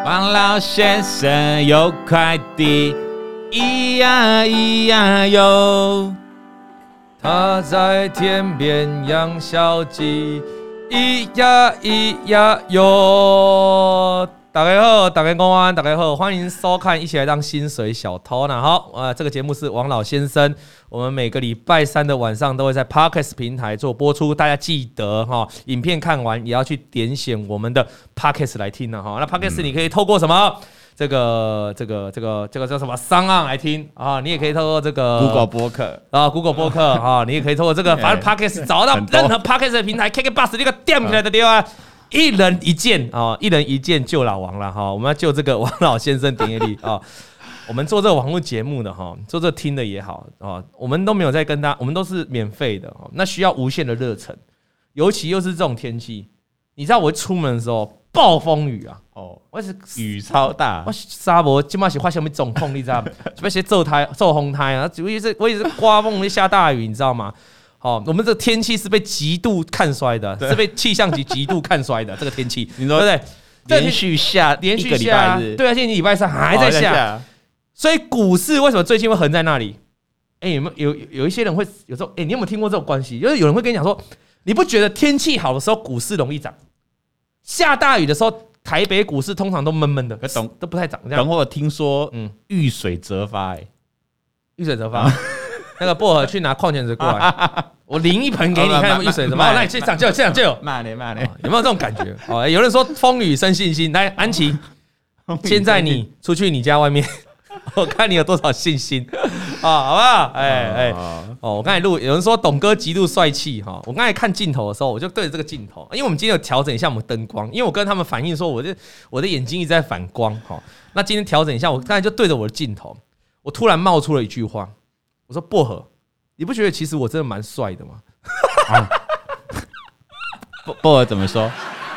王老先生有快递，咿呀咿呀哟。 他在天边养小鸡，咿呀咿呀哟。大家好，大家公安，大家好，欢迎收看《一起来当薪水小偷》呢。好，这个节目是王老先生，我们每个礼拜三的晚上都会在 Podcast 平台做播出，大家记得影片看完也要去点选我们的 Podcast 来听呢。那 Podcast 你可以透过什么？这个叫什么商案来听啊？你也可以透过这个 Google 播客啊 ，Google 播客啊，你也可以透过这个，反正 Podcast 找到任何 Podcast 的平台 ，KKBOX 那个点起来的地方。一人一件啊，一人一件救老王了哈！我们要救这个王老先生点阅率啊！我们做这个网络节目的哈，做这听的也好啊，我们都没有在跟他，我们都是免费的，那需要无限的热忱，尤其又是这种天气，你知道我出门的时候暴风雨啊！ 哦，我是雨超大， 我沙漠今晚是发什么总控，你知道吗？就些骤风胎啊，我也是刮风下大雨，你知道吗？我们这个天气是被极度看衰的，是被气象局极度看衰的这个天气，你说对不对？连续下一个礼拜日， 对啊，现在礼拜三还在下，所以股市为什么最近会横在那里？有一些人会有时候，你有没有听过这种关系？就是有人会跟你讲说，你不觉得天气好的时候股市容易涨，下大雨的时候台北股市通常都闷闷的，都不太涨。 等会我听说，遇水则发， 遇水则发。那个薄荷去拿矿泉水过来，我淋一盆给你看，有没有遇水怎么？来，这样就有， 慢点， 有没有这种感觉？有人说风雨生信心，来，安琪，现在你出去你家外面，我看你有多少信心啊，好不好？我刚才录，有人说董哥极度帅气哈，我刚才看镜头的时候，我就对着这个镜头，因为我们今天有调整一下我们灯光，因为我跟他们反映说，我的眼睛一直在反光哈，那今天调整一下，我刚才就对着我的镜头，我突然冒出了一句话。我说薄荷，你不觉得其实我真的蛮帅的吗？ 薄荷怎么说？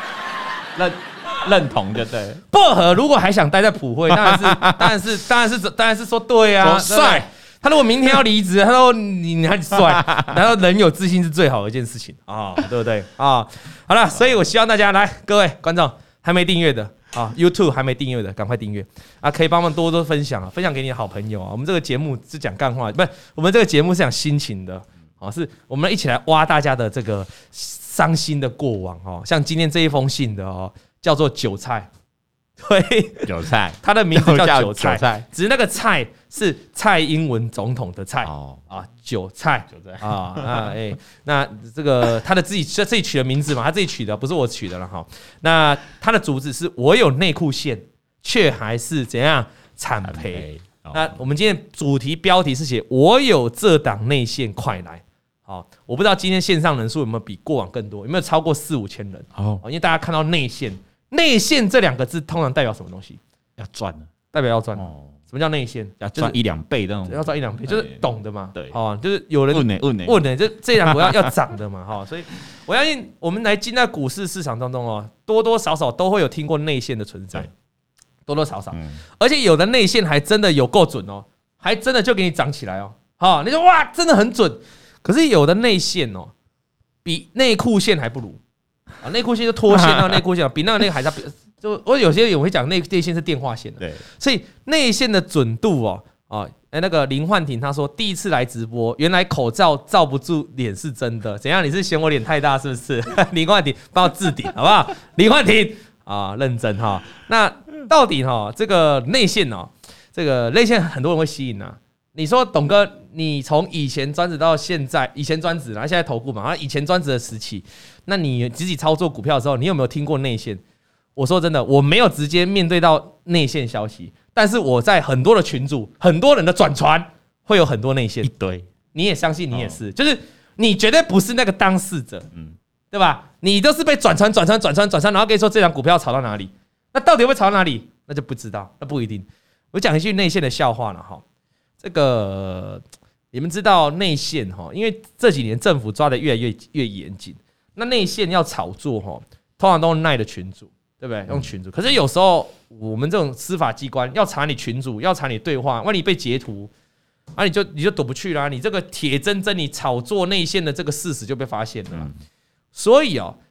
认同就对。 薄荷如果还想待在普惠，当然是说对啊，帅。他如果明天要离职，他说你还帅，然后人有自信是最好的一件事情啊，对不对啊？好了，所以我希望大家来，各位观众还没订阅的。YouTube 还没订阅的，赶快订阅啊！可以帮忙多多分享啊，分享给你的好朋友啊。我们这个节目是讲干话，不是我们这个节目是讲心情的是我们一起来挖大家的这个伤心的过往像今天这一封信的叫做韭菜，对， 韭菜， 它的名字叫韭菜，只是那个菜是蔡英文总统的菜韭菜那这个他自己取的名字嘛，他自己取的，不是我取的了哈。那他的主旨是我有内裤线，却还是怎样惨赔。那我们今天主题标题是写我有这档内线，快来。我不知道今天线上人数有没有比过往更多，有没有超过4-5千人？因为大家看到内线这2个字通常代表什么东西？ 要赚了， 代表要赚。什么叫内线？ 要赚1-2倍那种， 要赚1-2倍，就是懂的嘛。 对， 就是有人问的，就这2个要涨的嘛。所以我相信我们来进在股市市场当中多多少少都会有听过内线的存在，多多少少。而且有的内线还真的有够准还真的就给你涨起来你说哇，真的很准。可是有的内线比内裤线还不如内裤线就脱线到内裤线，比那个还是就我有些人会讲内线是电话线的， 对， 所以内线的准度那个林焕廷他说第一次来直播，原来口罩罩不住脸是真的，怎样？你是嫌我脸太大是不是？林焕廷帮我置顶好不好？林焕廷认真那到底这个内线这个内线很多人会吸引你说董哥，你从以前专职到现在，以前专职然后现在投顾嘛，以前专职的时期，那你自己操作股票的时候，你有没有听过内线？我说真的，我没有直接面对到内线消息，但是我在很多的群组，很多人的转传会有很多内线一堆， 你也相信你也是，就是你绝对不是那个当事者，对吧？你都是被转传，然后跟你说这张股票炒到哪里，那到底会炒到哪里？那就不知道，那不一定。我讲一句内线的笑话了这个你们知道内线因为这几年政府抓的越来越严谨，那内线要炒作通常都是赖的群组，对不对？用群组，可是有时候我们这种司法机关要查你群组，要查你对话，万一被截图，你就躲不去啦。你这个铁铮铮你炒作内线的这个事实就被发现了。所以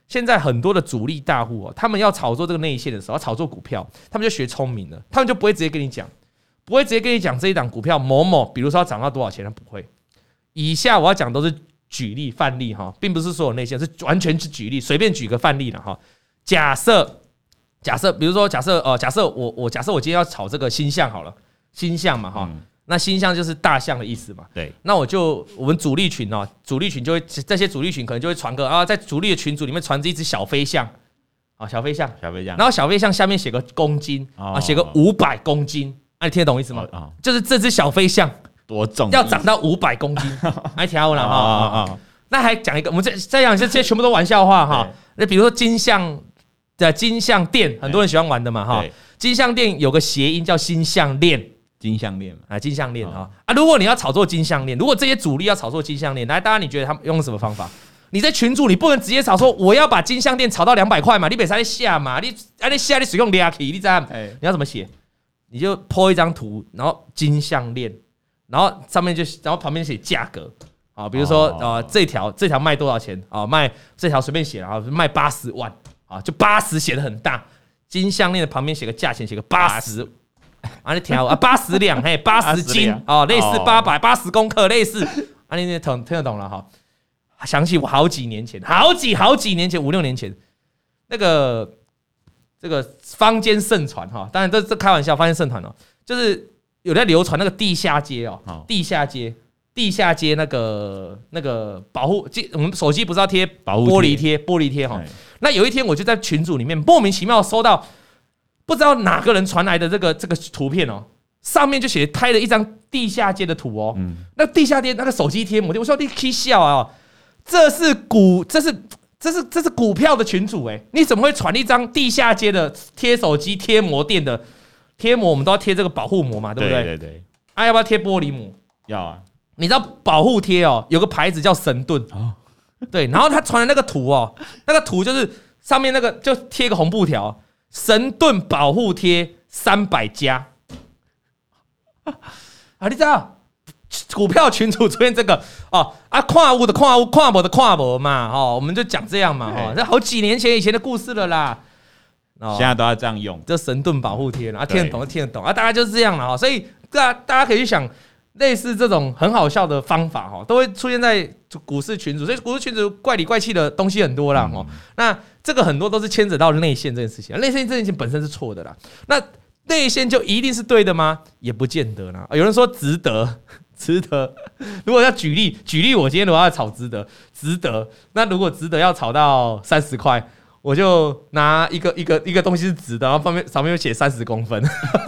现在很多的主力大户他们要炒作这个内线的时候，要炒作股票，他们就学聪明了，他们就不会直接跟你讲，这一档股票某某，比如说要涨到多少钱，他不会。以下我要讲都是举例范例哈，并不是所有内线，是完全是举例，随便举个范例了哈。假设，比如说假设我今天要炒这个星象好了，星象嘛哈。那星象就是大象的意思嘛， 对。 那我们主力群就会这些主力群可能就会传个在主力的群组里面传着一只小飞象，小飞象，然后小飞象下面写个公斤写个500公斤，你听得懂意思吗？就是这只小飞象多重， 要涨到500公斤，来听我了那还讲一个，我们再讲这些全部都玩笑话哈。那比如说金项店，很多人喜欢玩的嘛哈。金项店有个谐音叫新项链。 金项链嘛， 金项链如果你要炒作金项链，如果这些主力要炒作金项链，来，大家你觉得他们用什么方法？你在群组你不能直接炒说我要把金项链炒到200块嘛，你别在下嘛，你下你使用 2K， 你知道你要怎么写？你就 po 一张图，然后金项链，然后上面然后旁边写价格比如说这条卖多少钱卖这条随便写卖80万就80写的很大，金项链的旁边写个价钱，写个80。你听80两80斤类似880公克类似你听得懂了哈？想起我好几年前5、6年前那个这个坊间盛传当然这开玩笑，坊间盛传就是有在流传那个地下街地下街那个保护，我们手机不是要贴玻璃贴那有一天我就在群组里面莫名其妙收到。不知道哪个人传来的这个图片上面就拍了一张地下街的图那地下街那个手机贴膜，我说你可以笑这是股票的群组你怎么会传一张地下街的贴手机贴膜店的贴膜？我们都要贴这个保护膜嘛，对不对？对。要不要贴玻璃膜？ 要啊。 你知道保护贴有个牌子叫神盾对，然后他传的那个图那个图就是上面那个就贴个红布条。神盾保护贴300加你知道股票群组出现这个看有的看有，看无的看无嘛我们就讲这样嘛这好几年前以前的故事了啦。 现在都要这样用， 这神盾保护贴听得懂就听得懂大概就是这样了所以大家可以去想类似这种很好笑的方法都会出现在股市群组，所以股市群组怪里怪气的东西很多啦那这个很多都是牵扯到内线这件事情，内线这件事情本身是错的啦。那内线就一定是对的吗？也不见得啦。有人说值得，如果要举例，我今天如果要炒值得，那如果值得要炒到30块，我就拿一个东西是直的，然后上面又写30公分，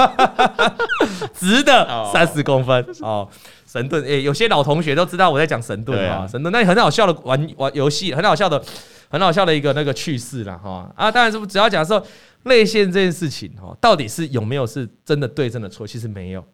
直的30公分神盾有些老同学都知道我在讲神盾神盾那很好笑的玩游戏，很好笑的一个那个趣事啦当然是只要讲说内线这件事情到底是有没有是真的对真的错，其实没有。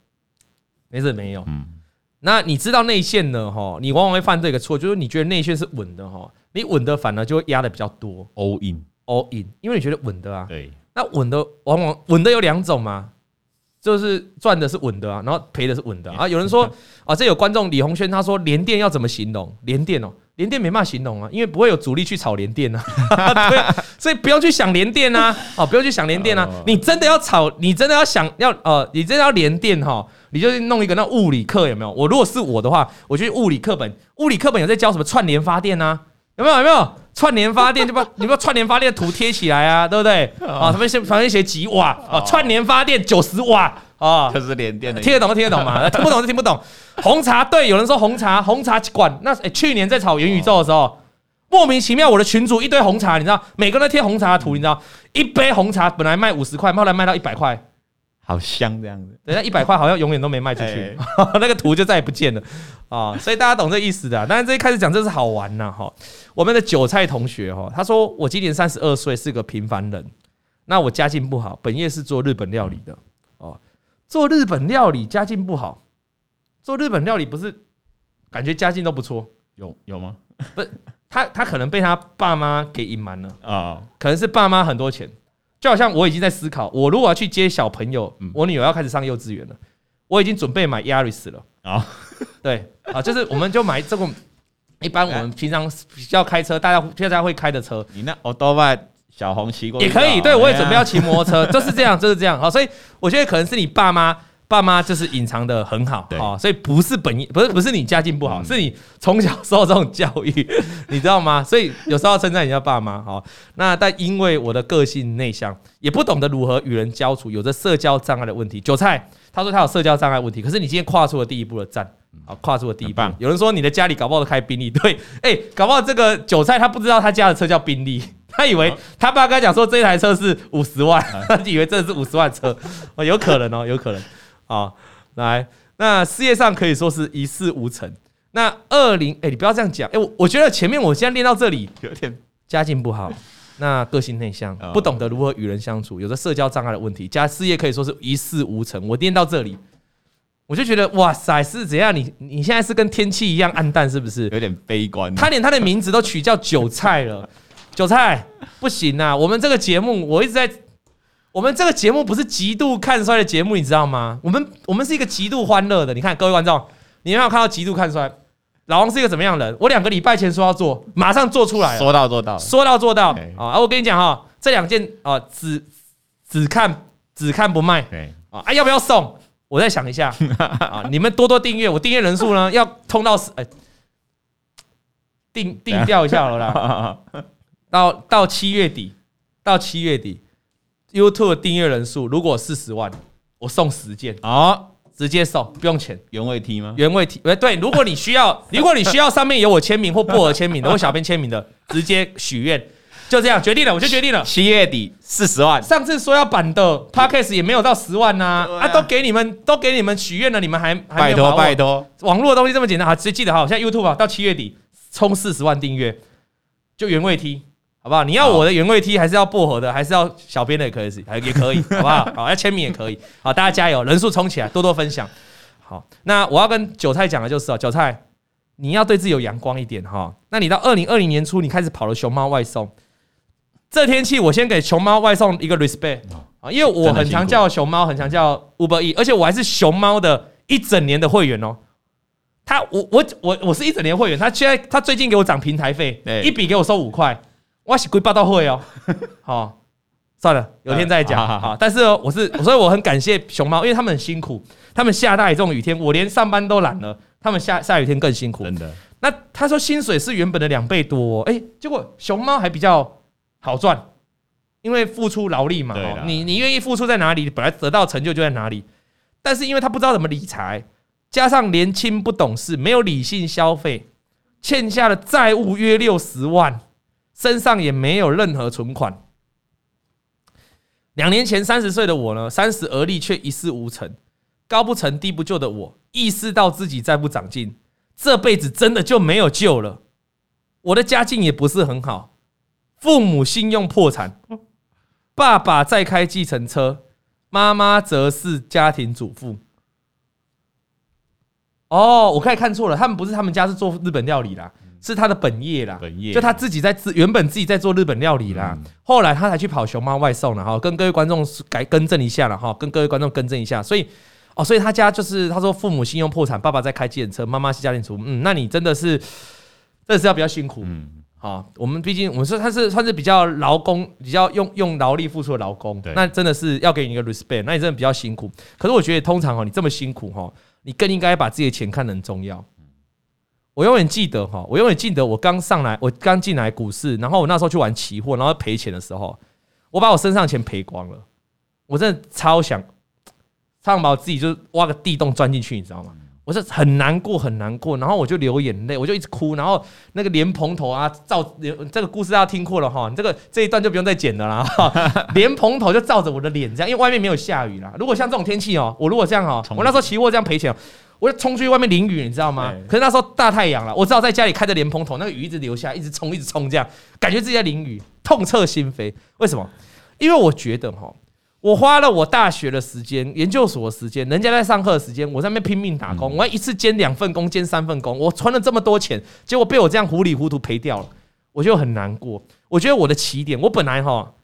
那你知道内线呢你往往会犯这个错，就是你觉得内线是稳的你稳的反而就会压的比较多 all in， 因为你觉得稳的对。 那稳的往往稳的有2种嘛，就是赚的是稳的然后赔的是稳的有人说这有观众李鸿轩他说联电要怎么形容？联电没办法形容因为不会有主力去炒联电对，所以不要去想联电不要去想联电你真的要炒，你真的要想你真的要联电你就弄一个那物理课有没有？如果是我的话，我觉得物理课本有在教什么串联发电有没有？串联发电就把你们串联发电的图贴起来对不对？他们写几瓦串联发电90瓦就是联电的， 听得懂嘛？听不懂就听不懂。红茶对，有人说红茶馆，那去年在炒元宇宙的时候，莫名其妙我的群组一堆红茶，你知道，每个人贴红茶的图，你知道，一杯红茶本来卖50块，后来卖到100块。 好香这样子， 人家100块好像永远都没卖出去，那个图就再也不见了所以大家懂这意思的当然这一开始讲这是好玩我们的韭菜同学他说我今年32岁，是个平凡人，那我家境不好，本业是做日本料理的做日本料理家境不好，做日本料理不是感觉家境都不错？ 有吗？ 不是，他可能被他爸妈给隐瞒了可能是爸妈很多钱。就好像我已经在思考，我如果要去接小朋友，我女儿要开始上幼稚园了，我已经准备买 Yaris 了对就是我们就买这种一般我们平常比较开车，大家会开的车， 你那欧多拜小红骑过也可以。对，我也准备要骑摩托车，就是这样，就是这样。好，所以我觉得可能是你爸妈就是隐藏的很好，好，所以不是你家境不好，是你从小受这种教育，你知道吗？所以有时候要称赞人家爸妈，好，那但因为我的个性内向，也不懂得如何与人交处，有着社交障碍的问题。韭菜他说他有社交障碍问题，可是你今天跨出了第一步的赞。好，跨出了第一步。有人说你的家里搞不好都开宾利，对，搞不好这个韭菜他不知道他家的车叫宾利，他以为他爸跟他讲说这台车是50万，他以为这是50万车，有可能哦，有可能。好，来，那事业上可以说是一事无成。那你不要这样讲，我觉得前面我现在练到这里，有点家境不好，那个性内向，不懂得如何与人相处，有着社交障碍的问题，加事业可以说是一事无成。我练到这里。我就觉得哇塞，是怎样？你现在是跟天气一样暗淡，是不是？ 有点悲观。 他连他的名字都取叫韭菜了，韭菜不行啊！我们这个节目，我们这个节目不是极度看衰的节目，你知道吗？我们是一个极度欢乐的。你看各位观众，你有没有看到极度看衰？老王是一个怎么样的人？我2个礼拜前说要做，马上做出来了， 说到做到， 说到做到啊！我跟你讲哈，这2件啊，只看不卖啊！要不要送？我再想一下啊！你们多订阅，我订阅人数呢要冲到定调一下了啦。到7月底，YouTube 的订阅人数如果40万，我送10件直接送，不用钱。 原味 T 吗？ 原味 T， 对，如果你需要上面有我签名或薄荷签名的或小编签名的，直接许愿。就这样决定了，我就决定了。 7月底40万， 上次说要版的 Podcast 也没有到10万呐，都给你们许愿了，你们还拜托， 网络的东西这么简单，好，直接记得好，现在 YouTube 到7月底冲40万订阅，就原味 T， 好不好？你要我的原味 T， 还是要薄荷的，还是要小编的也可以，好不好？好，要签名也可以，好，大家加油，人数冲起来，多多分享。好，那我要跟韭菜讲的就是韭菜，你要对自己有阳光一点哈。那你到2020年初，你开始跑了熊猫外送。这天气，我先给熊猫外送一个 respect 啊，因为我很常叫熊猫，很常叫 Uber E， 而且我还是熊猫的1整年的会员哦。我是1整年会员，他最近给我涨平台费，一笔给我收5块，我是归报到会哦。好，算了，有天再讲。好，但是所以我很感谢熊猫，因为他们很辛苦，他们下大雨这种雨天，我连上班都懒了，他们下雨天更辛苦。真的。那他说薪水是原本的2倍多，结果熊猫还比较好赚，因为付出劳力嘛，你愿意付出在哪里，本来得到成就就在哪里。但是因为他不知道怎么理财，加上年轻不懂事，没有理性消费，欠下的债务约60万，身上也没有任何存款。2年前30岁的我呢，30而立却一事无成，高不成低不就的我，意识到自己再不长进，这辈子真的就没有救了。我的家境也不是很好。父母信用破产，爸爸在开计程车，妈妈则是家庭主妇。我刚才看错了，他们家是做日本料理啦，是他的本业啦，就他自己原本自己在做日本料理啦，后来他才去跑熊猫外送了哈，跟各位观众更正一下了哈，跟各位观众更正一下，所以他家就是他说父母信用破产，爸爸在开计程车，妈妈是家庭主妇，那你真的是要比较辛苦。我们毕竟我们说他是算是比较劳工，比较用劳力付出的劳工，那真的是要给你一个 respect， 那你真的比较辛苦。可是我觉得通常你这么辛苦你更应该把自己的钱看得很重要。我永远记得我刚进来股市，然后我那时候去玩期货，然后赔钱的时候，我把我身上的钱赔光了，我真的超想把我自己就挖个地洞钻进去，你知道吗？我是很难过，然后我就流眼泪，我就一直哭，然后那个莲蓬头啊，这个故事大家听过了哈，这一段就不用再剪了啦。莲蓬头就照着我的脸这样，因为外面没有下雨啦。如果像这种天气我如果这样我那时候期货这样赔钱，我就冲出去外面淋雨，你知道吗？可是那时候大太阳了，我只好在家里开着莲蓬头，那个雨一直流下，一直冲，这样感觉自己在淋雨，痛彻心扉。为什么？因为我觉得我花了我大学的时间、研究所的时间、人家在上课的时间，我在那边拼命打工，我要一次兼2份工、兼3份工，我存了这么多钱，结果被我这样糊里糊涂赔掉了，我就很难过。我觉得我的起点，我本来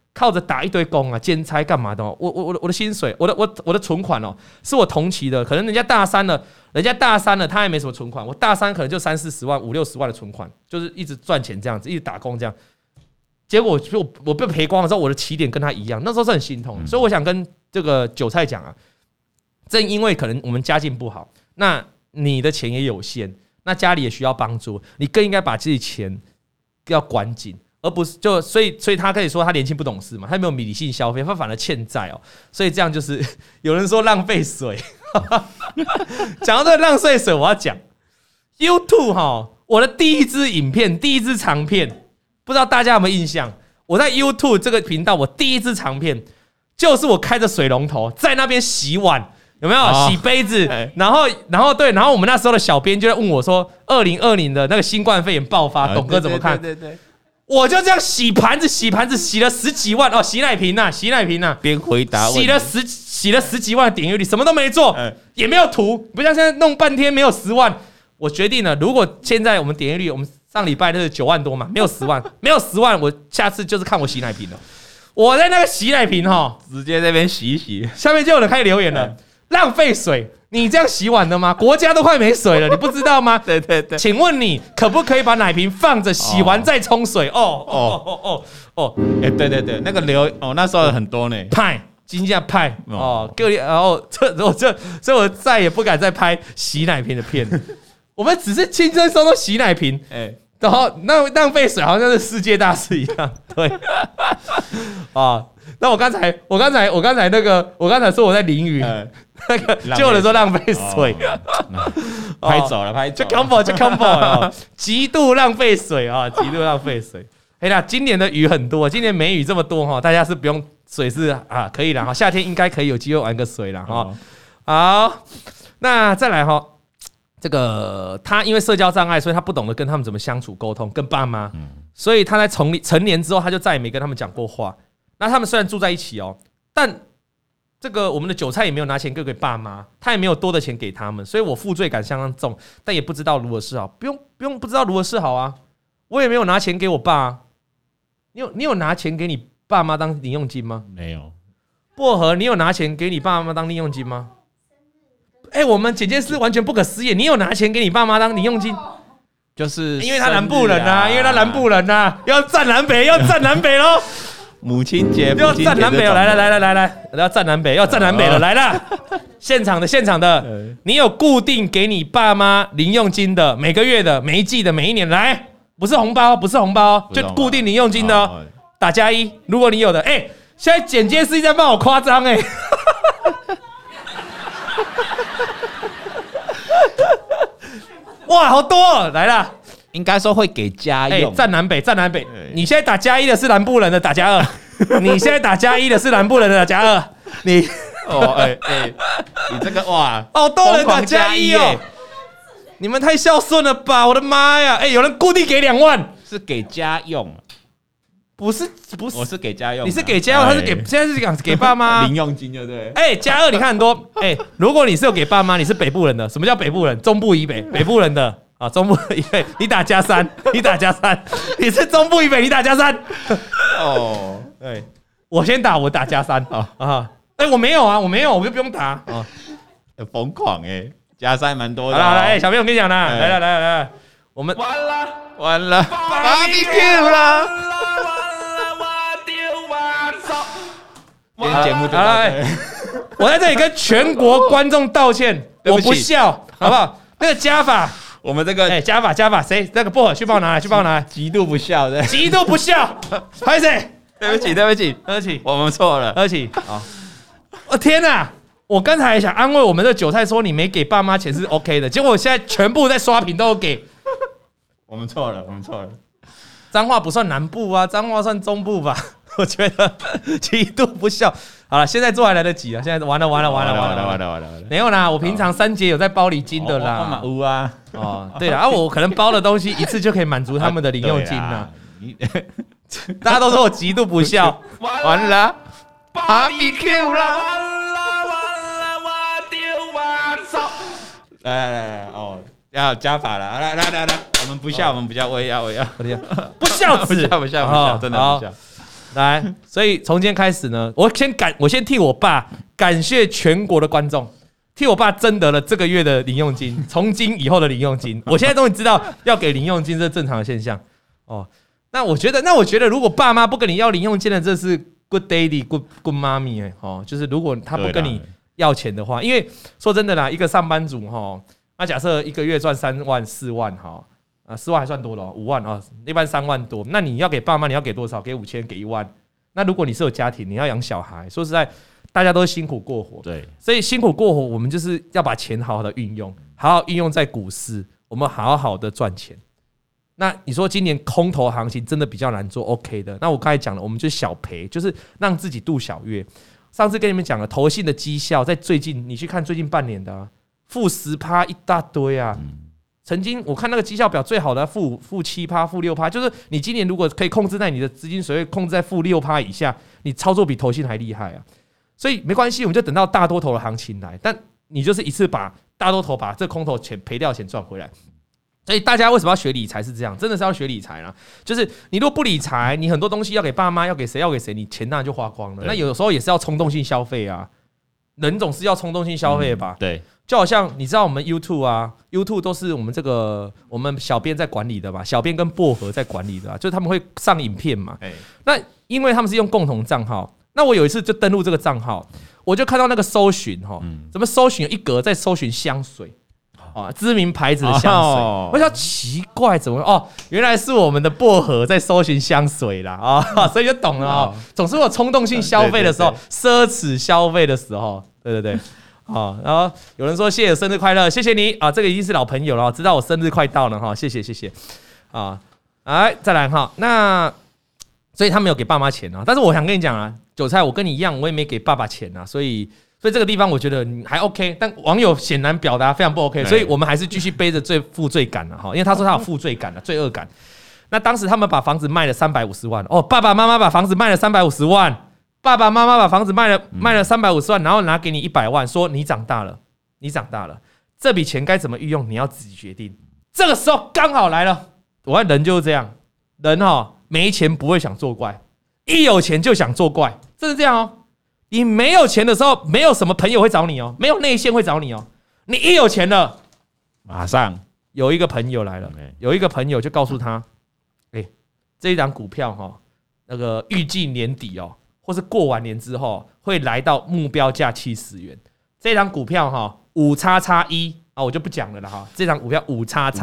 靠着打一堆工啊、兼差干嘛的哦。我的薪水，我的存款哦，是我同期的，可能人家大三了，他也没什么存款，我大三可能就30-40万、50-60万的存款，就是一直赚钱这样子，一直打工这样。结果我被赔光的时候，我的起点跟他一样，那时候是很心痛。所以我想跟这个韭菜讲啊，正因为可能我们家境不好，那你的钱也有限，那家里也需要帮助，你更应该把自己钱要管紧，而不是就所以他可以说他年轻不懂事嘛，他没有理性消费，他反而欠债哦，所以这样就是有人说浪费水。讲到这个浪费水，我要讲 YouTube 哈，我的第一支影片、第一支长片。不知道大家有没有印象？我在 YouTube 这个频道，我第一支长片就是我开着水龙头在那边洗碗，有没有？洗杯子，然后我们那时候的小编就在问我说，2020的那个新冠肺炎爆发，董哥怎么看？对，我就这样洗盘子，洗了10几万哦，洗奶瓶呐， 边回答洗了10几万的点阅率，什么都没做，也没有图，不像现在弄半天没有10万。我决定了，如果现在我们点阅率，我们上礼拜那是9万多嘛，没有10万，我下次就是看我洗奶瓶了。我在那个洗奶瓶哈， 直接在那边洗一洗， 下面就有人开始留言了，浪费水，你这样洗碗的吗？国家都快没水了，你不知道吗？ 对， 请问你可不可以把奶瓶放着，洗完再冲水？ 对，那个那时候很多呢， 派。金价派哦，各位，然后所以我再也不敢再拍洗奶瓶的片。我们只是轻轻松松洗奶瓶，然后那浪费水好像是世界大事一样，对。啊，那我刚才说我在淋雨，那个就有人说浪费水， 拍走了， 就 combo， 极度浪费水啊，极度浪费水。那今年的雨很多，今年梅雨这么多哈，大家是不用水是啊，可以了哈，夏天应该可以有机会玩个水了哈。好，那再来哈，这个他因为社交障碍，所以他不懂得跟他们怎么相处沟通，跟爸妈，所以他在成年之后，他就再也没跟他们讲过话。那他们虽然住在一起哦，但这个我们的韭菜也没有拿钱给爸妈，他也没有多的钱给他们，所以我负罪感相当重，但也不知道如何是好，不知道如何是好啊，我也没有拿钱给我爸啊。你有拿钱给你爸妈当零用金吗？ 没有。 薄荷，你有拿钱给你爸妈当零用金吗？我们简介是完全不可思议，你有拿钱给你爸妈当零用金？ 就是因为他南部人啊，要站南北喽！ 母亲节要站南北，来，要站南北了，来了！现场的，你有固定给你爸妈零用金的，每个月的、每一季的、每一年来。不是红包，就固定零用金的哦，打+1。如果你有的，现在剪接师在帮我夸张哇，好多哦，来了， 应该说会给家用。 站南北，你现在打+1的是南部人的打+2，你现在打+1的是南部人的打+2，你你这个哇， 好多人打+1哦。你们太孝顺了吧！我的妈呀！有人固定给2万， 是给家用， 不是， 我是给家用， 你是给家用，他是给现在是给爸妈零用金，对不对 ？+2你看很多，如果你是有给爸妈，你是北部人的，什么叫北部人？中部以北，北部人的啊，中部以北，你打+3，你是中部以北，你打+3。哦，对，我先打，我打+3啊，我没有啊，我就不用打啊， 疯狂+3蛮多的。 好了，小朋友，我跟你讲啦，来，我们完了 ，BBQ 了。今天节目就到这里。 我在这里跟全国观众道歉，我不孝，好不好？那个加法， 我们这个加法，谁？那个薄荷去帮我拿来， 极度不孝的， 拍谁？ 对不起，我们错了， 对不起。好，我天哪！我刚才想安慰我们的韭菜说你没给爸妈钱是 OK 的，结果我现在全部在刷屏都有给。 我们错了。 彰化不算南部啊，彰化算中部吧？我觉得极度不孝。好了，现在做还来得及啊，现在完了。没有啦，我平常3节有在包礼金的啦。 有啊。 对啦，我可能包的东西一次就可以满足他们的零用金啦。大家都说我极度不孝， 完了 ，BBQ 啦。来要加法了，来，我们不孝，我也要， 不孝子， 不孝，真的不孝。 来，所以从今天开始呢，我先替我爸感谢全国的观众，替我爸征得了这个月的零用金，从今以后的零用金，我现在终于知道要给零用金是正常的现象哦。那我觉得如果爸妈不跟你要零用金的，这是 good daddy good mommy 哦，就是如果他不跟你要钱的话，因为说真的啦，一个上班族哈，那假设一个月赚3万4万哈。4万还算多了，5万啊，一般3万多。那你要给爸妈，你要给多少？给5000，给1万。那如果你是有家庭，你要养小孩，说实在，大家都辛苦过活， 对， 所以辛苦过活，我们就是要把钱好好的运用，好好运用在股市，我们好好的赚钱。那你说今年空头行情真的比较难做 ，OK 的。那我刚才讲了，我们就小赔，就是让自己度小月。上次跟你们讲了，投信的绩效在最近，你去看最近半年的负10%一大堆啊。曾经我看那个绩效表最好的负7%、负6%，就是你今年如果可以控制在你的资金水位控制在负6%以下，你操作比投信还厉害啊！所以没关系，我们就等到大多头的行情来，但你就是一次把大多头把这空头钱赔掉的钱赚回来。所以大家为什么要学理财是这样？真的是要学理财啦。就是你如果不理财，你很多东西要给爸妈，要给谁，你钱当然就花光了。那有时候也是要冲动性消费啊，人总是要冲动性消费吧？对。就好像你知道我们 YouTube 都是我们小编在管理的吧，小编跟薄荷在管理的吧，就是他们会上影片嘛。那因为他们是用共同账号，那我有一次就登录这个账号，我就看到那个搜寻怎么搜寻有一格在搜寻香水知名牌子的香水，我想奇怪怎么原来是我们的薄荷在搜寻香水啦所以就懂了总是有冲动性消费的时候，奢侈消费的时候，对。然后有人说谢谢生日快乐，谢谢你这个已经是老朋友了，知道我生日快到了谢谢来再来那所以他没有给爸妈钱但是我想跟你讲韭菜我跟你一样，我也没给爸爸钱所以这个地方我觉得还 OK， 但网友显然表达非常不 OK， 所以我们还是继续背着负罪感因为他说他有负罪感罪恶感。那当时他们把房子卖了350万爸爸妈妈把房子卖了350万。爸爸妈妈把房子卖了350万，然后拿给你100万，说你长大了，这笔钱该怎么运用，你要自己决定。这个时候刚好来了，我看人就是这样，人没钱不会想作怪，一有钱就想作怪，真是这样你没有钱的时候，没有什么朋友会找你没有内线会找你你一有钱了， 马上有一个朋友来了，有一个朋友就告诉他，这一档股票那个预计年底或是过完年之后会来到目标价70元，这张股票5XX1我就不讲了啦这张股票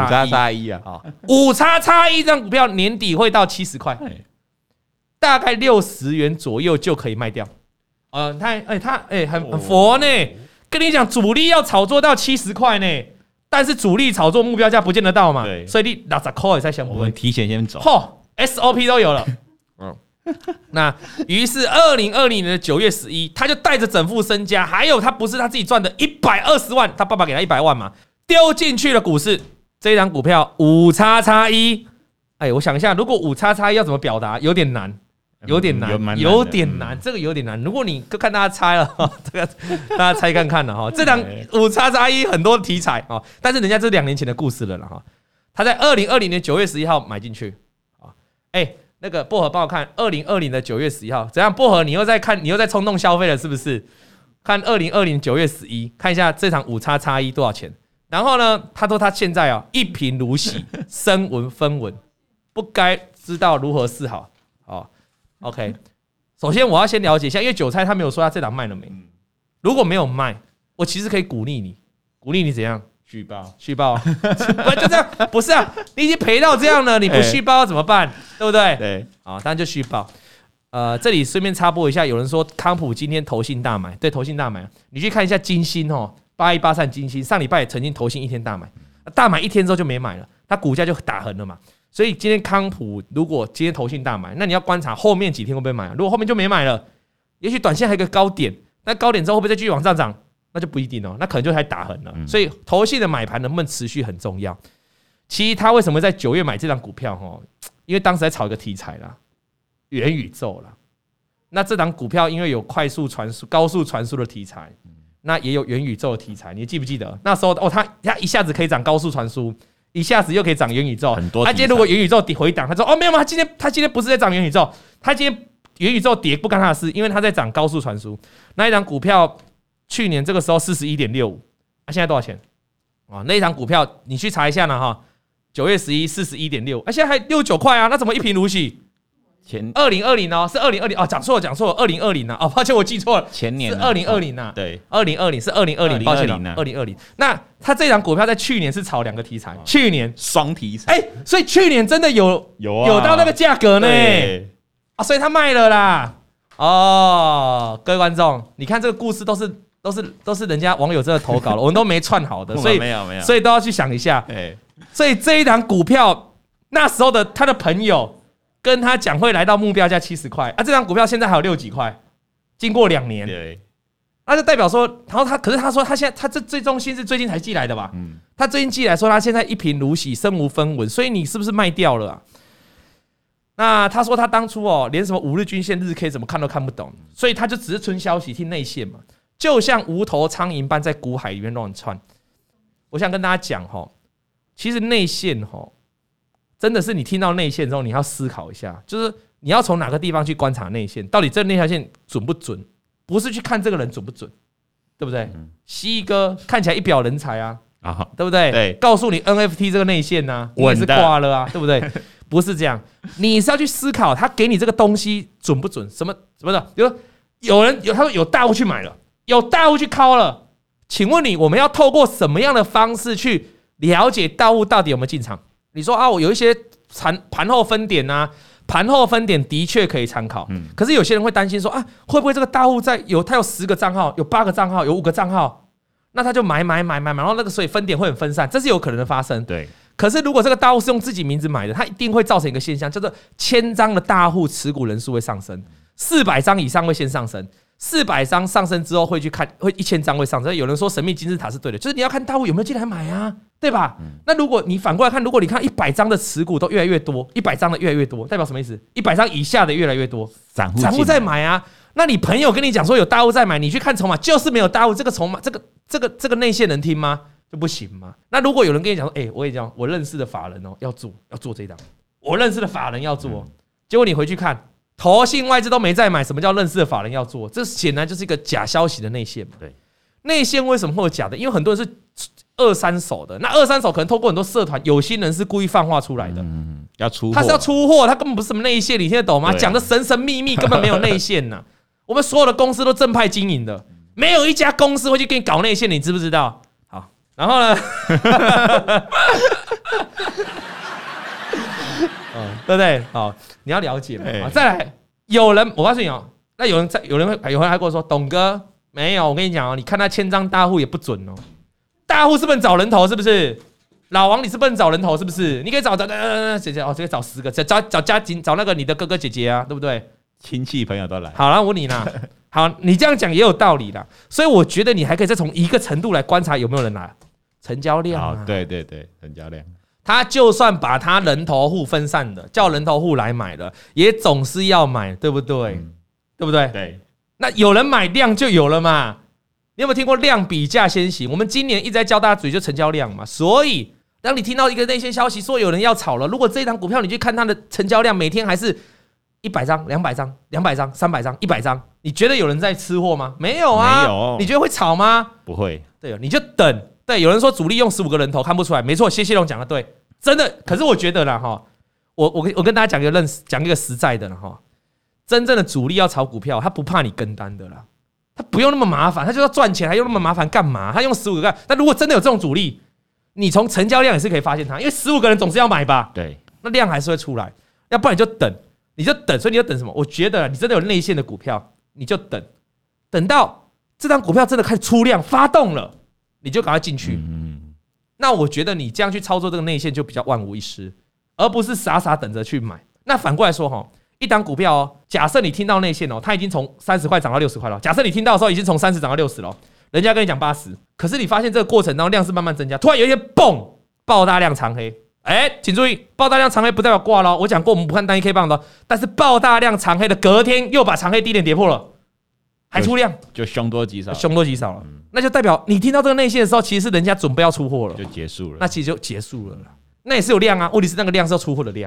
5XX1 5XX1这张股票年底会到70块，大概60元左右就可以卖掉。他很佛呢，跟你讲主力要炒作到70块呢，但是主力炒作目标价不见得到嘛，所以你60块也在想， 我们提前先走 SOP 都有了。那于是2020年的9月11，他就带着整副身家，还有他不是他自己赚的120万，他爸爸给他100万嘛，丢进去了股市。这一张股票5XX1，我想一下，如果5XX1要怎么表达，有点难，这个有点难。如果你看大家猜了，这个大家猜看看了这张5XX1很多题材但是人家这2年前的故事了啦他在2020年9月11号买进去那个薄荷帮我看2020的9月11号，怎样？薄荷你又在看，你又在冲动消费了，是不是？看2020 9月11，看一下这场5XX1多少钱。然后呢，他说他现在一贫如洗，身无分文，不该知道如何是好。OK， 首先我要先了解一下，因为韭菜他没有说他这档卖了没。如果没有卖，我其实可以鼓励你怎样？续报不就这样？不是你已经赔到这样了，你不续报怎么办？对不对？对，当然就续报。这里顺便插播一下，有人说康普今天投信大买，对，投信大买，你去看一下金星8183金星，上礼拜也曾经投信一天大买，大买一天之后就没买了，它股价就打横了嘛。所以今天康普如果今天投信大买，那你要观察后面几天会不会买如果后面就没买了，也许短线还有一个高点，那高点之后会不会再继续往上涨？那就不一定那可能就还打横了。所以投信的买盘能不能持续很重要。其实他为什么在9月买这张股票因为当时在炒一个题材啦，元宇宙啦。那这档股票因为有快速传输、高速传输的题材，那也有元宇宙的题材，你记不记得那时候他一下子可以涨高速传输，一下子又可以涨元宇宙。很多。他今天如果元宇宙回档，他说没有，他今天不是在涨元宇宙，他今天元宇宙跌不干他的事，因为他在涨高速传输。那一档股票去年这个时候 41.65， 现在多少钱？那一档股票你去查一下呢哈，9月11 41.6，现在还69块啊，那怎么一贫如洗？2020哦，是2020哦，讲错了，2020啊，抱歉我记错了， 前年是2020啊， 对 ，2020是2020，抱歉了，2020。那他这档股票在去年是炒2个题材，去年双题材， 所以去年真的有到那个价格呢，所以他卖了啦。各位观众，你看这个故事都是人家网友真的投稿了，我们都没串好的，所以没有， 所以都要去想一下。所以这一档股票那时候的他的朋友。跟他讲会来到目标价70块啊，这张股票现在还有6几块，经过2年， 对， 那就代表说，然后可是他说他现在他这最中心是最近才寄来的吧？他最近寄来说他现在一贫如洗，身无分文，所以你是不是卖掉了啊？那他说他当初连什么5日均线、日 K 怎么看都看不懂，所以他就只是纯消息听内线嘛，就像无头苍蝇般在股海里面乱窜。我想跟大家讲其实内线真的是你听到内线之后，你要思考一下，就是你要从哪个地方去观察内线，到底这那条线准不准？不是去看这个人准不准，对不对？蜥蜴哥看起来一表人才啊，对不对？ 对， 告诉你 NFT 这个内线啊，你也是挂了啊，对不对？不是这样，你是要去思考他给你这个东西准不准？什么的？比如说他说有大户去买了，有大户去敲了，请问你我们要透过什么样的方式去了解大户到底有没有进场？你说我有一些盘后分点啊，盘后分点的确可以参考，可是有些人会担心说会不会这个大户他有10个账号，有8个账号，有5个账号，那他就买，然后那个所以分点会很分散，这是有可能的发生。 对。 可是如果这个大户是用自己名字买的，他一定会造成一个现象，叫做1000张的大户持股人数会上升，400张以上会先上升。400张上升之后会去看，会1000张会上升。有人说神秘金字塔是对的，就是你要看大户有没有进来买啊，对吧？那如果你反过来看，如果你看100张的持股都越来越多，100张的越来越多，代表什么意思？100张以下的越来越多，散户在买啊。那你朋友跟你讲说有大户在买，你去看筹码就是没有大户，这个筹码这个内线能听吗？就不行吗？那如果有人跟你讲说，我跟你讲，我认识的法人要做这一档，我认识的法人要做，结果你回去看。投信外资都没在买，什么叫认识的法人要做？这显然就是一个假消息的内线嘛。对，内线为什么会有假的？因为很多人是2、3手的，那2、3手可能透过很多社团，有心人是故意放话出来的。 要出货， 他是要出货，他根本不是什么内线，你听得懂吗？讲的神神秘秘，根本没有内线呐。我们所有的公司都正派经营的，没有一家公司会去给你搞内线，你知不知道？好，然后呢？对不对？好，你要了解嘛。再来，有人我告诉你那有人还跟我说，董哥没有，我跟你讲你看他1000张大户也不准大户是不能找人头，是不是？老王你是不能找人头，是不是？你可以找姐姐这个找10个，找家庭，找那个你的哥哥姐姐啊，对不对？ 亲戚朋友都来。 好了，我问你啦，好，你这样讲也有道理啦，所以我觉得你还可以再从一个程度来观察有没有人来，成交量对，成交量。 他就算把他人头户分散的，叫人头户来买了，也总是要买，对不对？对不对？ 对。 那有人买量就有了嘛？你有没有听过量比价先行？我们今年一直在教大家注意就成交量嘛。所以，当你听到一个内线消息说有人要炒了，如果这一档股票你去看它的成交量，每天还是100张、200张、200张、300张、100张，你觉得有人在吃货吗？没有啊。没有。你觉得会炒吗？ 不会。 对，你就等。对，有人说主力用15个人头看不出来，没错，谢谢龙讲的对，真的。可是我觉得啦我跟大家讲一个实在的啦真正的主力要炒股票，他不怕你跟单的啦，他不用那么麻烦，他就要赚钱，还用那么麻烦干嘛？他用15个干。那如果真的有这种主力，你从成交量也是可以发现他，因为15个人总是要买吧？对，那量还是会出来，要不然你就等，所以你就等什么？我觉得你真的有内线的股票，你就等到这张股票真的开始出量发动了。你就赶快进去，那我觉得你这样去操作这个内线就比较万无一失，而不是傻傻等着去买。那反过来说一档股票假设你听到内线它已经从30块涨到60块了，假设你听到的时候已经从30涨到60了，人家跟你讲80，可是你发现这个过程当中量是慢慢增加，突然有一天蹦爆大量长黑，请注意，爆大量长黑不代表挂了，我讲过我们不看单一 K 棒的，但是爆大量长黑的隔天又把长黑低点跌破了。还出量， 就凶多吉少了，那就代表你听到这个内线的时候，其实是人家准备要出货了， 就结束了， 那其实就结束了啦。那也是有量啊，问题是那个量是要出货的量，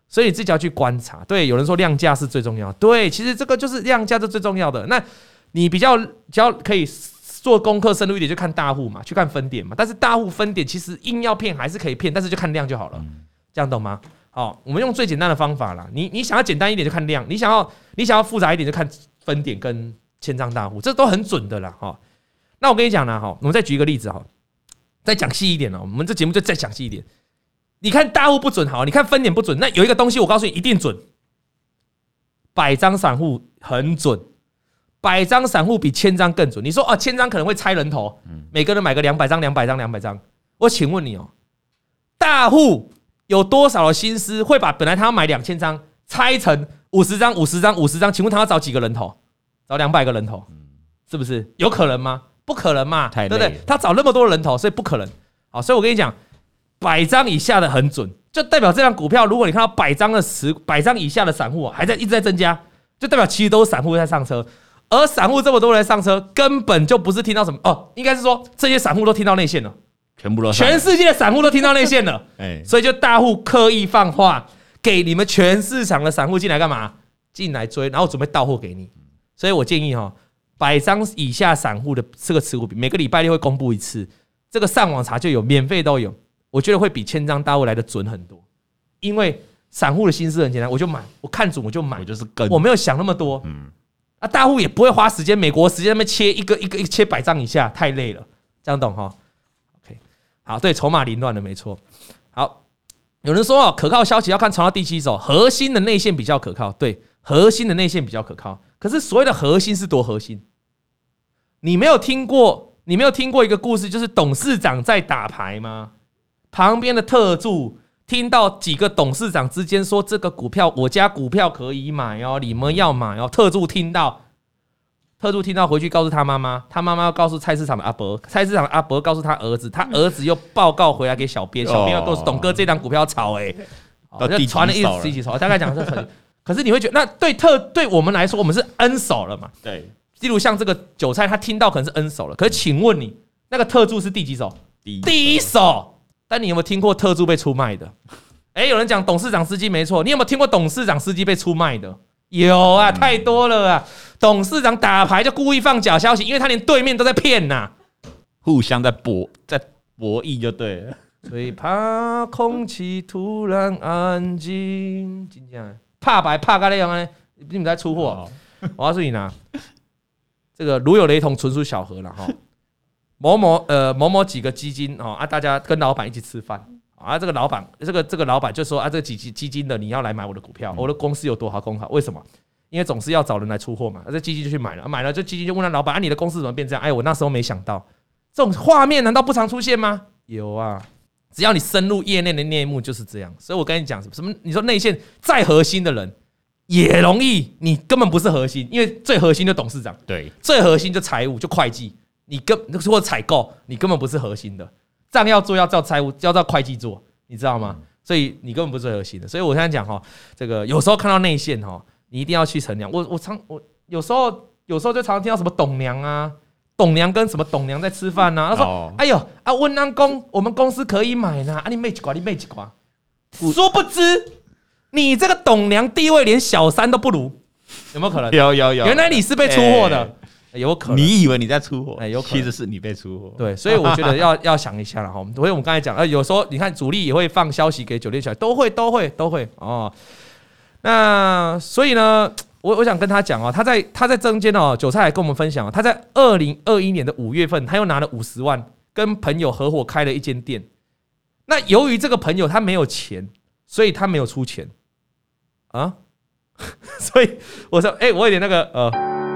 所以你自己要去观察。对，有人说量价是最重要的，对，其实这个就是量价是最重要的。那你比较可以做功课深入一点，就看大户嘛，去看分点嘛。但是大户分点其实硬要骗还是可以骗，但是就看量就好了，这样懂吗？好，我们用最简单的方法啦。你想要简单一点就看量，你想要复杂一点就看分点跟千张大户，这都很准的啦。哈，那我跟你讲啦，哈，我们再举一个例子哈，再讲细一点了。我们这节目就再讲细一点。你看大户不准好，你看分点不准，那有一个东西我告诉你一定准，百张散户很准。100张散户比1000张更准。你说哦，1000张可能会猜人头，每个人买个200张、200张、200张。我请问你哦，大户有多少的心思会把本来他要买2000张拆成50张、50张、50张？请问他要找几个人头？找200个人头，是不是？有可能吗？不可能嘛，对不对？他找那么多人头，所以不可能。好，所以我跟你讲，100张以下的很准，就代表这张股票，如果你看到100张以下的散户还在一直在增加，就代表其实都是散户在上车。而散户这么多人上车，根本就不是听到什么哦，应该是说这些散户都听到内线了，全世界的散户都听到内线了，所以就大户刻意放话，给你们全市场的散户进来干嘛？进来追，然后准备到货给你。所以我建议100张以下散户的这个持股比，每个礼拜六会公布一次，这个上网查就有，免费都有。我觉得会比1000张大户来的准很多，因为散户的心思很简单，我就买，我看准我就买， 我就是跟， 我没有想那么多。大户也不会花时间，美国时间那边切一个切100张以下，太累了，这样懂哈 ？OK， 好，对，筹码凌乱的没错。好，有人说可靠消息要看传到第7手，核心的内线比较可靠，对，核心的内线比较可靠。可是所谓的核心是多核心？你没有听过一个故事，就是董事长在打牌吗？旁边的特助听到几个董事长之间说这个股票，我家股票可以买哦，你们要买哦。特助听到回去告诉他妈妈，他妈妈要告诉菜市场的阿伯，菜市场的阿伯告诉他儿子，他儿子又报告回来给小编，小编又告诉董哥这档股票炒传了一起炒，大概讲是很。可是你会觉得，那对我们来说，我们是恩手了嘛？对，例如像这个韭菜，他听到可能是恩手了。可是请问你，那个特助是第几手？第一手。但你有没有听过特助被出卖的？有人讲董事长司机没错，你有没有听过董事长司机被出卖的？有啊，太多了啊！董事长打牌就故意放假消息，因为他连对面都在骗呐， 互相在博弈就对了。 最怕空气突然安静，真的怕白怕到那样呢？你们在出货？我告诉你呢，这个如有雷同，纯属巧合了哈。某某几个基金大家跟老板一起吃饭这个老板就说这个基金的你要来买我的股票，我的公司有多好公好？为什么？因为总是要找人来出货嘛，这基金就去买了，这基金就问他老板你的公司怎么变这样？我那时候没想到，这种画面难道不常出现吗？有啊，只要你深入业内的内幕就是这样。所以我跟你讲什么？你说内线再核心的人也容易，你根本不是核心，因为最核心的董事长，对，最核心就财务就会计。你或采购，你根本不是核心的，账要做要照财务，要照会计做，你知道吗？所以你根本不是最核心的。所以我现在讲这个有时候看到内线你一定要去衡量。我有时候就常听到什么董娘跟什么董娘在吃饭他说哎呦温安公我们公司可以买呢你妹几瓜，殊不知你这个董娘地位连小三都不如，有没有可能？有，原来你是被出货的。有可能你以为你在出货， 有可能其实是你被出货。 对，所以我觉得要想一下了哈。所以我们刚才讲，有时候你看主力也会放消息给酒店小孩，都会哦。那所以呢，我想跟他讲他在中间韭菜还跟我们分享他在2021年的5月份，他又拿了50万跟朋友合伙开了一间店。那由于这个朋友他没有钱，所以他没有出钱所以我说我有点那个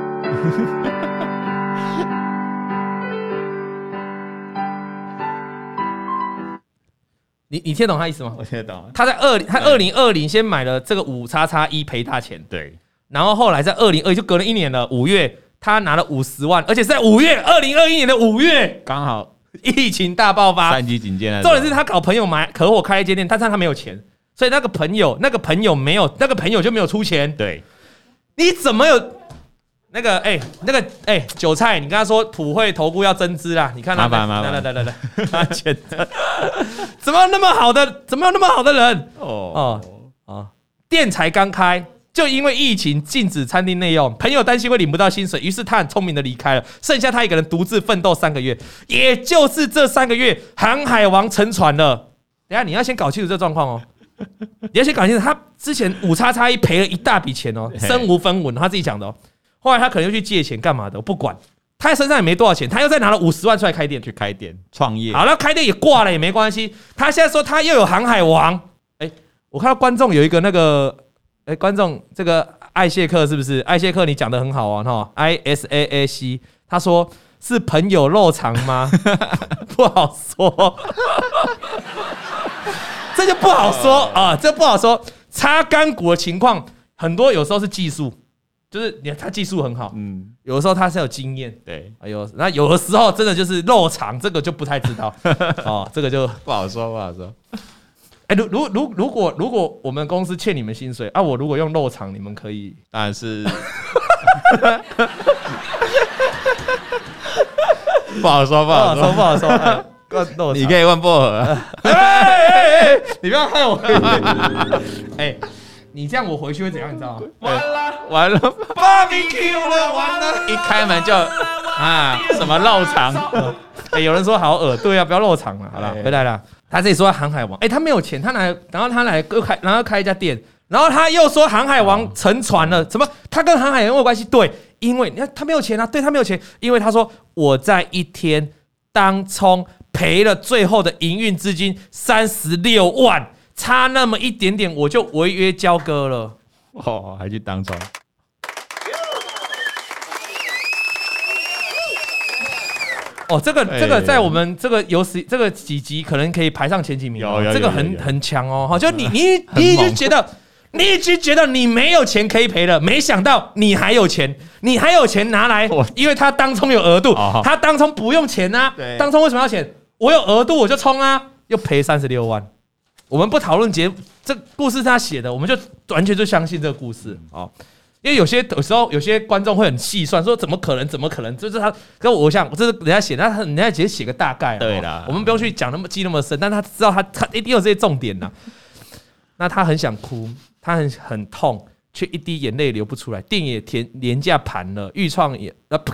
你听懂他意思吗？ 我听得懂。 他2020先买了这个5XX1赔大钱， 对。 然后后来在2021就隔了1年了，5月他拿了50万，而且是在2021年的5月， 刚好疫情大爆发 ，3级警戒了。 重点是他搞朋友合伙开一间店，但是他没有钱，所以那个朋友就没有出钱。对，你怎么有？那个韭菜，你跟他说普惠投顾要增资啦，你看他来，他钱的，怎么有那么好的人？ 店才刚开，就因为疫情禁止餐厅内用，朋友担心会领不到薪水，于是他很聪明的离开了，剩下他一个人独自奋斗3个月。也就是这3个月，航海王沉船了。等一下你要先搞清楚这状况哦，你要先搞清楚，他之前5XX1赔了一大笔钱哦，身无分文，他自己讲的哦。后来他可能又去借钱干嘛的，我不管。他身上也没多少钱，他又再拿了50万出来开店， 去开店创业。 好了，开店也挂了也没关系。他现在说他又有航海王，我看到观众有一个那个，观众这个艾谢克是不是？艾谢克你讲的很好啊，哈 ，ISAAC， 他说是朋友肉肠吗？不好说。这就不好说啊，这不好说。擦干股的情况很多，有时候是技术，就是他技术很好，有的时候他是有经验， 对， 那有的时候真的就是肉肠，这个就不太知道哦，这个就不好说，不好说。 如果我们公司欠你们薪水啊，我如果用肉肠，你们可以， 当然是不好说，不好说， 不好说。 你可以问薄荷， 你不要害我。你这样我回去会怎样？你知道吗？ 完了 ，barbecue 了，完了！ 一开门就什么肉肠？ 有人说好恶，对啊，不要肉肠了。好了，回来了。他自己说航海王，他没有钱，然后他来然后开一家店，然后他又说航海王沉船了，什么？他跟航海王有关系？对，因为你看他没有钱啊，对他没有钱，因为他说我在一天当冲赔了最后的营运资金36万，差那么一点点我就违约交割了。 哦，还去当冲。 哦，这个在我们这个几集可能可以排上前几名，这个很强哦。就你已经觉得你没有钱可以赔了，没想到你还有钱，拿来，因为他当冲有额度，他当冲不用钱啊，当冲为什么要钱？我有额度我就冲啊，又赔36万。我们不讨论这故事是他写的，我们就完全就相信这个故事哦。因为有时候有些观众会很细算，说怎么可能？就是他跟我想，这是人家写，人家只是写个大概， 对啦， 我们不用去讲记那么深，但他知道他一定有这些重点呐。那他很想哭，他很痛，却一滴眼泪流不出来。店也廉价盘了，预创也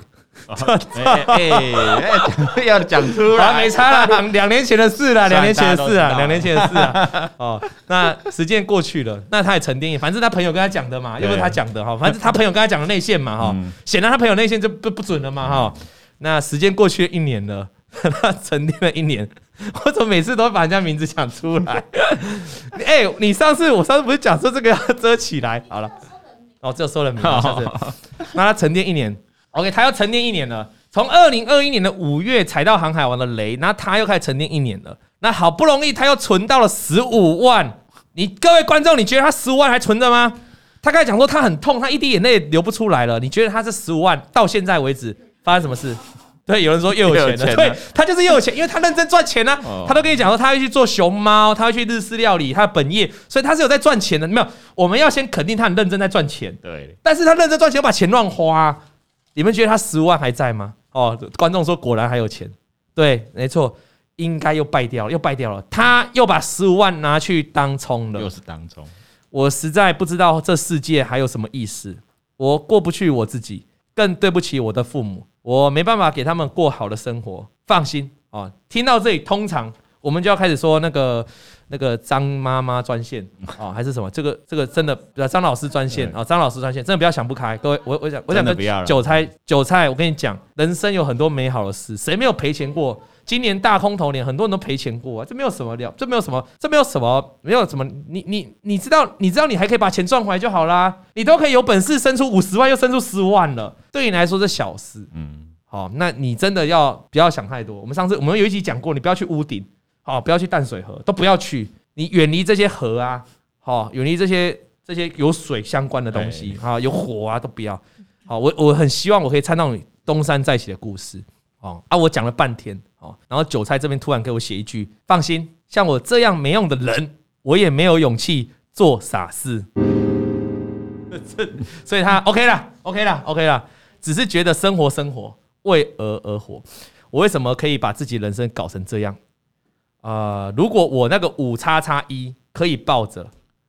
要讲出来， 没差了，2年前的事了，2年前的事啊。哦，那时间过去了，那他也沉淀，反正他朋友跟他讲的嘛，又不是他讲的哈，反正他朋友跟他讲的内线嘛哈，显然他朋友内线就不准了嘛哈。那时间过去了1年了，他沉淀了1年，我怎么每次都会把人家名字讲出来？我上次不是讲说这个要遮起来？好了，只有说了名字，那他沉淀1年。OK， 他要沉淀1年了，从2021年的5月踩到航海王的雷，那他又开始沉淀1年了。那好不容易他又存到了15万，各位观众，你觉得他15万还存着吗？他刚才讲说他很痛，他一滴眼泪流不出来了。你觉得他这15万到现在为止发生什么事？对，有人说又有钱了，对，他就是又有钱，因为他认真赚钱啊。他都跟你讲说他会去做熊猫，他会去日式料理，他的本业，所以他是有在赚钱的。没有，我们要先肯定他很认真在赚钱，对。但是他认真赚钱，又把钱乱花。你们觉得他15万还在吗？观众说果然还有钱，对，没错，应该又败掉了。他又把15万拿去当冲了， 又是当冲。 我实在不知道这世界还有什么意思，我过不去我自己，更对不起我的父母，我没办法给他们过好的生活。放心啊，听到这里，通常我们就要开始说那个张妈妈专线还是什么？这个真的张老师专线张老师专线真的不要想不开，各位，我想跟韭菜，我跟你讲，人生有很多美好的事，谁没有赔钱过？今年大空头年，很多人都赔钱过啊，这没有什么，你知道你还可以把钱赚回来就好啦，你都可以有本事生出50万，又生出15万了，对你来说是小事，好，那你真的不要想太多。我们有一集讲过，你不要去屋顶。不要去淡水河，都不要去，你远离这些河啊，远离这些有水相关的东西，有火啊，都不要。我很希望我可以参到你东山再起的故事，我讲了半天，然后韭菜这边突然给我写一句：放心，像我这样没用的人，我也没有勇气做傻事。所以他 OK 啦，只是觉得生活为鹅而活。我为什么可以把自己人生搞成这样？如果我那个5XX1可以抱着，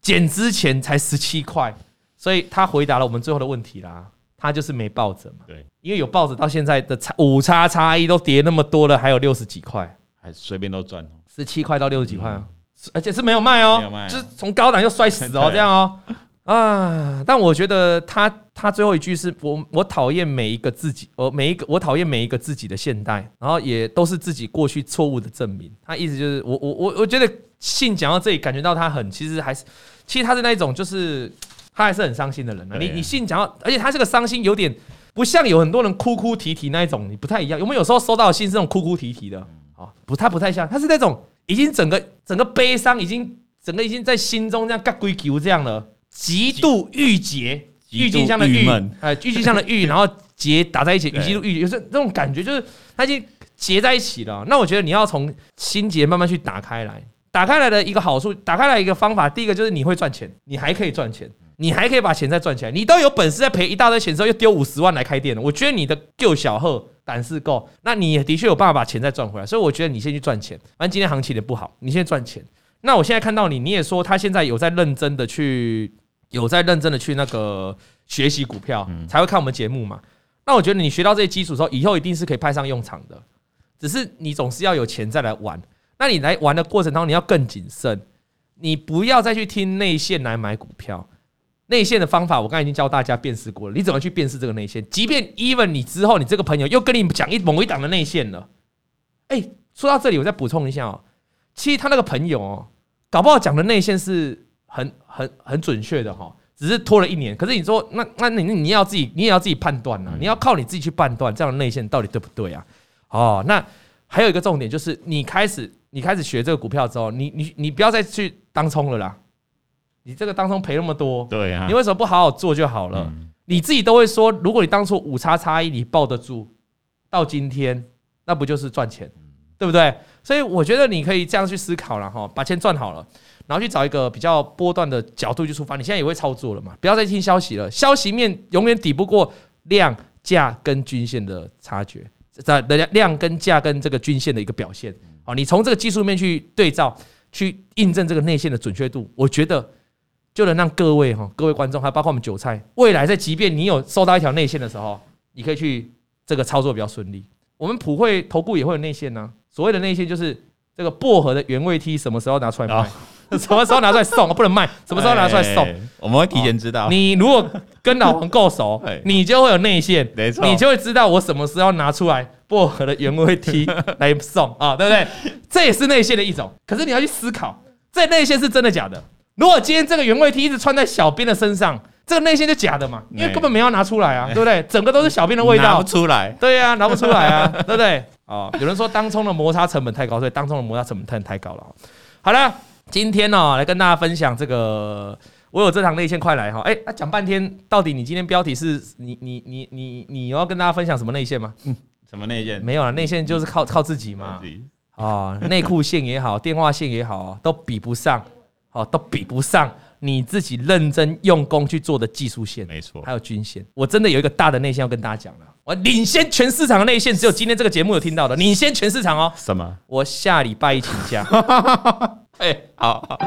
减之前才17块，所以他回答了我们最后的问题啦。他就是没抱着嘛， 对， 因为有抱着到现在的5叉差异都跌那么多了，还有60几块， 还随便都赚 17块到60几块而且是没有卖哦，就是从高档又摔死哦，这样哦。但我觉得他最后一句是我讨厌每一个自己，我讨厌每一个自己的现代，然后也都是自己过去错误的证明。他意思就是我觉得信讲到这里，感觉到他其实他是那一种就是他还是很伤心的人你信讲到，而且他这个伤心有点不像有很多人哭哭啼啼那一种，你不太一样。我们有时候收到的信是那种哭哭啼啼的，他不太像，他是那种已经整个悲伤已经在心中这样割规球这样了。极度郁结，郁金香的郁，郁金香的郁，然后结打在一起，极度郁结，有这种感觉，就是它已经结在一起了。那我觉得你要从心结慢慢去打开来，打开来的一个好处，打开来一个方法，第一个就是你会赚钱，你还可以赚钱，你还可以把钱再赚起来。你都有本事在赔一大堆钱之后，又丢50万来开店了，我觉得你的够小贺胆识够，那你也的确有办法把钱再赚回来。所以我觉得你先去赚钱，反正今天行情也不好，你先赚钱。那我现在看到你也说他现在有在认真的去那个学习股票，才会看我们节目嘛。那我觉得你学到这些基础之后，以后一定是可以派上用场的。只是你总是要有钱再来玩。那你来玩的过程当中，你要更谨慎，你不要再去听内线来买股票。内线的方法我刚才已经教大家辨识过了，你怎么去辨识这个内线？即便 even 你之后你这个朋友又跟你讲某一档的内线了，说到这里我再补充一下哦，其实他那个朋友哦，搞不好讲的内线是很准确的哈，只是拖了1年。可是你说那你也要自己判断啊，你要靠你自己去判断这样的内线到底对不对啊？那还有一个重点就是你开始学这个股票之后，你不要再去当冲了啦。你这个当冲赔那么多， 对啊， 你为什么不好好做就好了？你自己都会说，如果你当初5叉差异你抱得住，到今天那不就是赚钱，对不对？所以我觉得你可以这样去思考了哈，把钱赚好了。然后去找一个比较波段的角度去出发，你现在也会操作了嘛？不要再听消息了，消息面永远抵不过量价跟均线的差距，量跟价跟这个均线的一个表现。你从这个技术面去对照，去印证这个内线的准确度，我觉得就能让各位观众，还包括我们韭菜，未来在即便你有收到一条内线的时候，你可以去这个操作比较顺利。我们普惠投顾也会有内线呢，所谓的内线就是这个薄荷的原味 T 什么时候拿出来卖？什么时候拿出来送？不能卖，什么时候拿出来送？ 我们会提前知道。 你如果跟老王够熟，你就会有内线，你就会知道我什么时候拿出来薄荷的原味 T 来送啊，对不对？这也是内线的一种。可是你要去思考，这内线是真的假的？如果今天这个原味 T 一直穿在小编的身上，这个内线就假的嘛，因为根本没有拿出来啊，对不对？整个都是小编的味道， 拿不出来。对啊，拿不出来啊，对不对？有人说当冲的摩擦成本太高，所以当冲的摩擦成本太高了。好了。今天来跟大家分享这个，我有这堂内线，快来哈！讲半天，到底你今天标题是你要跟大家分享什么内线吗？ 什么内线？ 没有了，内线就是靠自己嘛。内裤线也好，电话线也好，都比不上你自己认真用功去做的技术线， 没错， 还有均线。我真的有一个大的内线要跟大家讲了，我领先全市场的内线，只有今天这个节目有听到的，领先全市场哦。 什么？ 我下礼拜一请假。 好，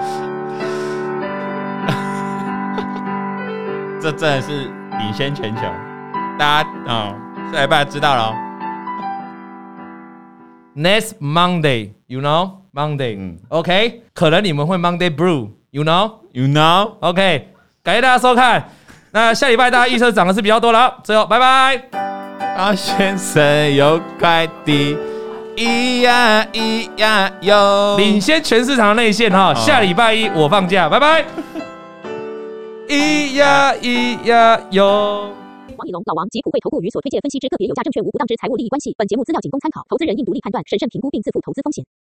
这真的是领先全球，大家下礼拜知道了。 Next Monday, you know Monday，OK， 可能你们会 Monday Blue，you know，OK， 感谢大家收看。那下礼拜大家预测涨的是比较多了，最后拜拜。 先生有快递。咿呀咿呀哟， 领先全市场的内线哈，下礼拜一我放假，拜拜。咿呀咿呀哟。王以龙、老王及普惠投顾与所推荐分析之个别有价证券无不当之财务利益关系。本节目资料仅供参考，投资人应独立判断、审慎评估并自负投资风险。